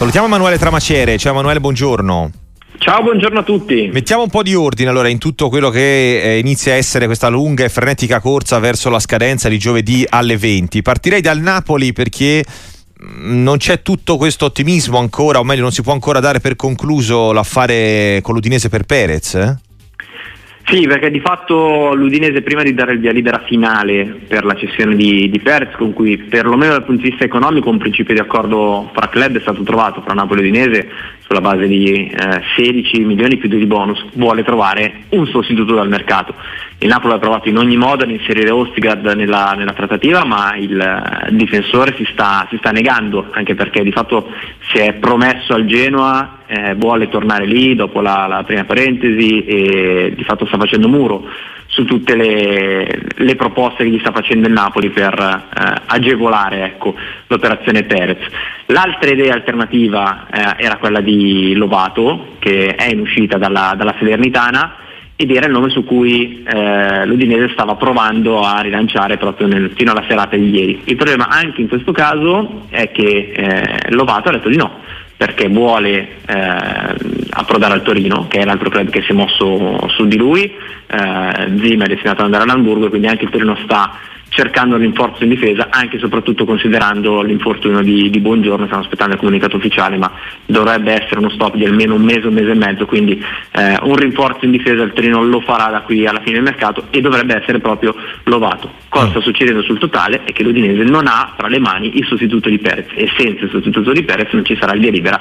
Salutiamo Emanuele Tramaciere. Ciao Emanuele, buongiorno. Ciao, buongiorno a tutti. Mettiamo un po' di ordine allora in tutto quello che inizia a essere questa lunga e frenetica corsa verso la scadenza di giovedì alle 20. Partirei dal Napoli perché non c'è tutto questo ottimismo ancora, o meglio non si può ancora dare per concluso l'affare con l'Udinese per Perez? Sì, perché di fatto l'Udinese, prima di dare il via libera finale per la cessione di Perez, con cui perlomeno dal punto di vista economico un principio di accordo fra club è stato trovato, fra Napoli e Udinese, sulla base di 16 milioni più 2 di bonus, vuole trovare un sostituto dal mercato. Il Napoli ha provato in ogni modo ad inserire Ostigard nella trattativa, ma il difensore si sta negando, anche perché di fatto si è promesso al Genoa, vuole tornare lì dopo la prima parentesi e di fatto sta facendo muro su tutte le proposte che gli sta facendo il Napoli per agevolare l'operazione Perez. L'altra idea alternativa era quella di Lobato, che è in uscita dalla Salernitana, ed era il nome su cui l'Udinese stava provando a rilanciare proprio fino alla serata di ieri. Il problema anche in questo caso è che Lobato ha detto di no, perché vuole approdare al Torino, che è l'altro club che si è mosso su di lui. Zima è destinato ad andare all'Hamburgo, quindi anche il Torino sta cercando un rinforzo in difesa, anche e soprattutto considerando l'infortunio di Buongiorno. Stiamo aspettando il comunicato ufficiale, ma dovrebbe essere uno stop di almeno un mese e mezzo, quindi un rinforzo in difesa il Torino lo farà da qui alla fine del mercato e dovrebbe essere proprio Lobato. Cosa sta succedendo sul totale è che l'Udinese non ha tra le mani il sostituto di Perez, e senza il sostituto di Perez non ci sarà il via libera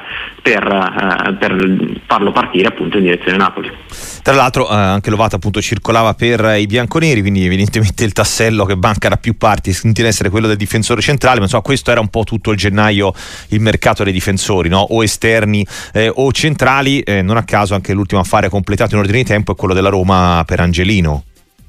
per farlo partire appunto in direzione Napoli. Tra l'altro anche Lovato appunto circolava per i bianconeri, quindi evidentemente il tassello che manca da più parti continua ad essere quello del difensore centrale, ma insomma questo era un po' tutto il gennaio il mercato dei difensori, no? O esterni o centrali. Non a caso anche l'ultimo affare completato in ordine di tempo è quello della Roma per Angelino.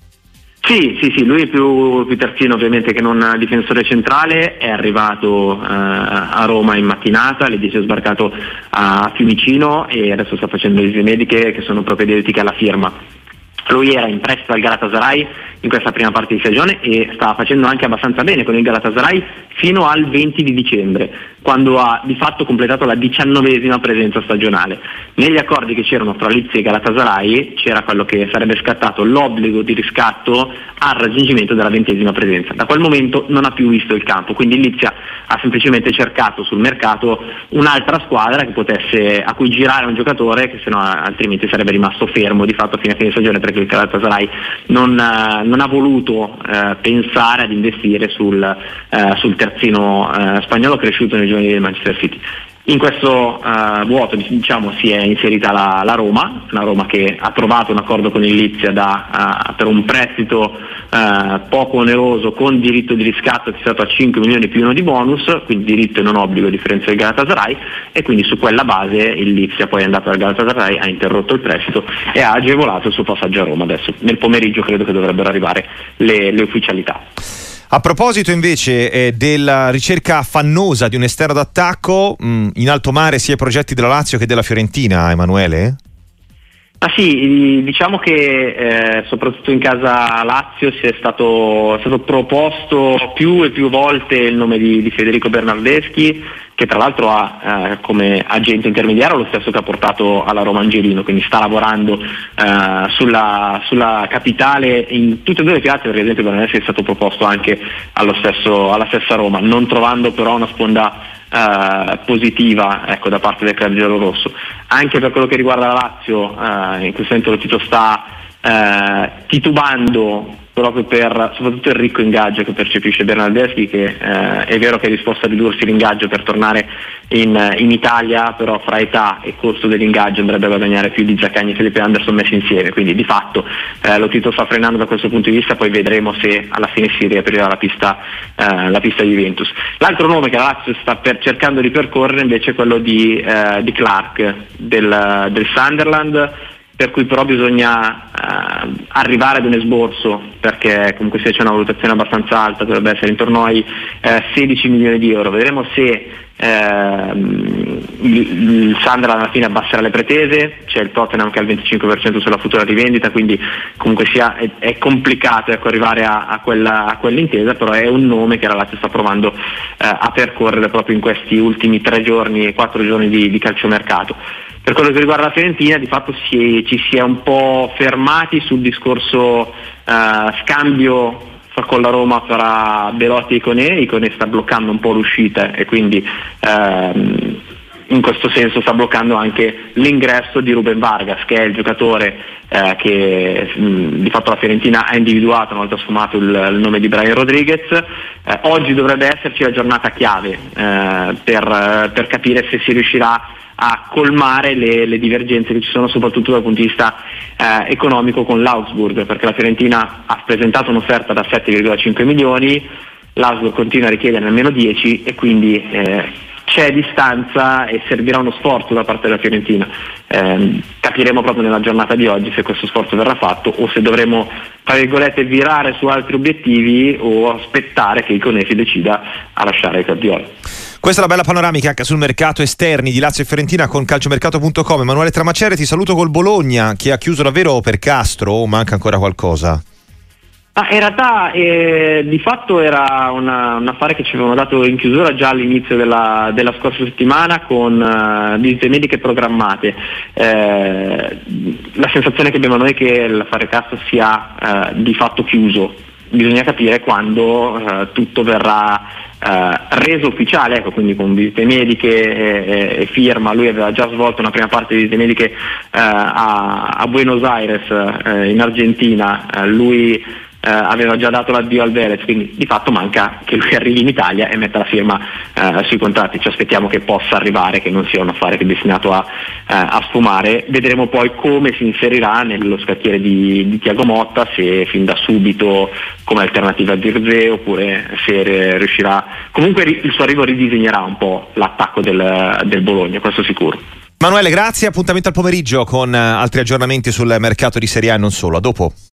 Sì, lui è più terzino ovviamente che non difensore centrale, è arrivato a Roma in mattinata, alle 10 è sbarcato a Fiumicino e adesso sta facendo le visite mediche che sono proprio dediche alla firma. Lui era in prestito al Galatasaray in questa prima parte di stagione e stava facendo anche abbastanza bene con il Galatasaray fino al 20 di dicembre, quando ha di fatto completato la 19ª presenza stagionale. Negli accordi che c'erano fra Lipsia e Galatasaray c'era quello che sarebbe scattato l'obbligo di riscatto al raggiungimento della 20ª presenza. Da quel momento non ha più visto il campo, quindi Lipsia ha semplicemente cercato sul mercato un'altra squadra che potesse a cui girare un giocatore che sennò altrimenti sarebbe rimasto fermo di fatto fino a fine stagione, perché il Galatasaray non ha voluto pensare ad investire sul terzino spagnolo cresciuto nei giorni del Manchester City. In questo vuoto si è inserita la Roma, una Roma che ha trovato un accordo con il Lipsia per un prestito poco oneroso con diritto di riscatto fissato a 5 milioni più 1 di bonus, quindi diritto e non obbligo a differenza del Galatasaray, e quindi su quella base il Lipsia poi è andato al Galatasaray, ha interrotto il prestito e ha agevolato il suo passaggio a Roma. Adesso nel pomeriggio credo che dovrebbero arrivare le ufficialità. A proposito invece della ricerca affannosa di un esterno d'attacco, in alto mare sia i progetti della Lazio che della Fiorentina, Emanuele? Ah sì, diciamo che soprattutto in casa Lazio è stato proposto più e più volte il nome di Federico Bernardeschi, che tra l'altro ha come agente intermediario lo stesso che ha portato alla Roma Angelino, quindi sta lavorando sulla capitale in tutte e due le piazze, perché ad esempio Bernardeschi è stato proposto anche alla stessa Roma, non trovando però una sponda positiva da parte del club giallorosso. Anche per quello che riguarda la Lazio, in questo momento lo Tito sta titubando proprio per soprattutto il ricco ingaggio che percepisce Bernardeschi, che è vero che è disposto a ridursi l'ingaggio per tornare in Italia, però fra età e costo dell'ingaggio andrebbe a guadagnare più di Zaccagni e Felipe Anderson messi insieme, quindi di fatto lo Tito sta frenando da questo punto di vista, poi vedremo se alla fine si riaprirà la pista Juventus. L'altro nome che la Lazio sta cercando di percorrere invece è quello di Clark del Sunderland, per cui però bisogna arrivare ad un esborso, perché comunque se c'è una valutazione abbastanza alta, dovrebbe essere intorno ai 16 milioni di euro. Vedremo se il Sunderland alla fine abbasserà le pretese, c'è il Tottenham che ha il 25% sulla futura rivendita, quindi comunque sia è complicato, ecco, arrivare a quell'intesa, però è un nome che la Lazio sta provando a percorrere proprio in questi ultimi 4 giorni di calciomercato. Per quello che riguarda la Fiorentina, di fatto ci si è un po' fermati sul discorso scambio con la Roma fra Belotti e Iconé sta bloccando un po' l'uscita e quindi in questo senso sta bloccando anche l'ingresso di Ruben Vargas, che è il giocatore che di fatto la Fiorentina ha individuato una volta sfumato il nome di Brian Rodriguez. Oggi dovrebbe esserci la giornata chiave per capire se si riuscirà a colmare le divergenze che ci sono soprattutto dal punto di vista economico con l'Augsburg, perché la Fiorentina ha presentato un'offerta da 7,5 milioni, l'Augsburg continua a richiedere almeno 10 e quindi c'è distanza e servirà uno sforzo da parte della Fiorentina. Capiremo proprio nella giornata di oggi se questo sforzo verrà fatto o se dovremo, tra virgolette, virare su altri obiettivi o aspettare che Iconé si decida a lasciare il Guardiola. Questa è la bella panoramica anche sul mercato esterni di Lazio e Fiorentina con calciomercato.com. Emanuele Tramacere, ti saluto col Bologna che ha chiuso davvero per Castro o manca ancora qualcosa? In realtà di fatto era un affare che ci avevano dato in chiusura già all'inizio della scorsa settimana con visite mediche programmate. La sensazione che abbiamo noi è che l'affare Castro sia di fatto chiuso. Bisogna capire quando tutto verrà reso ufficiale, ecco, quindi con visite mediche e firma. Lui aveva già svolto una prima parte di visite mediche a Buenos Aires in Argentina, lui aveva già dato l'addio al Velez, quindi di fatto manca che lui arrivi in Italia e metta la firma sui contratti. Ci aspettiamo che possa arrivare, che non sia un affare che è destinato a sfumare. Vedremo poi come si inserirà nello scacchiere di Thiago Motta, se fin da subito come alternativa a Zirkzee oppure se riuscirà. Comunque il suo arrivo ridisegnerà un po' l'attacco del Bologna, questo sicuro. Manuele, grazie, appuntamento al pomeriggio con altri aggiornamenti sul mercato di Serie A e non solo. A dopo.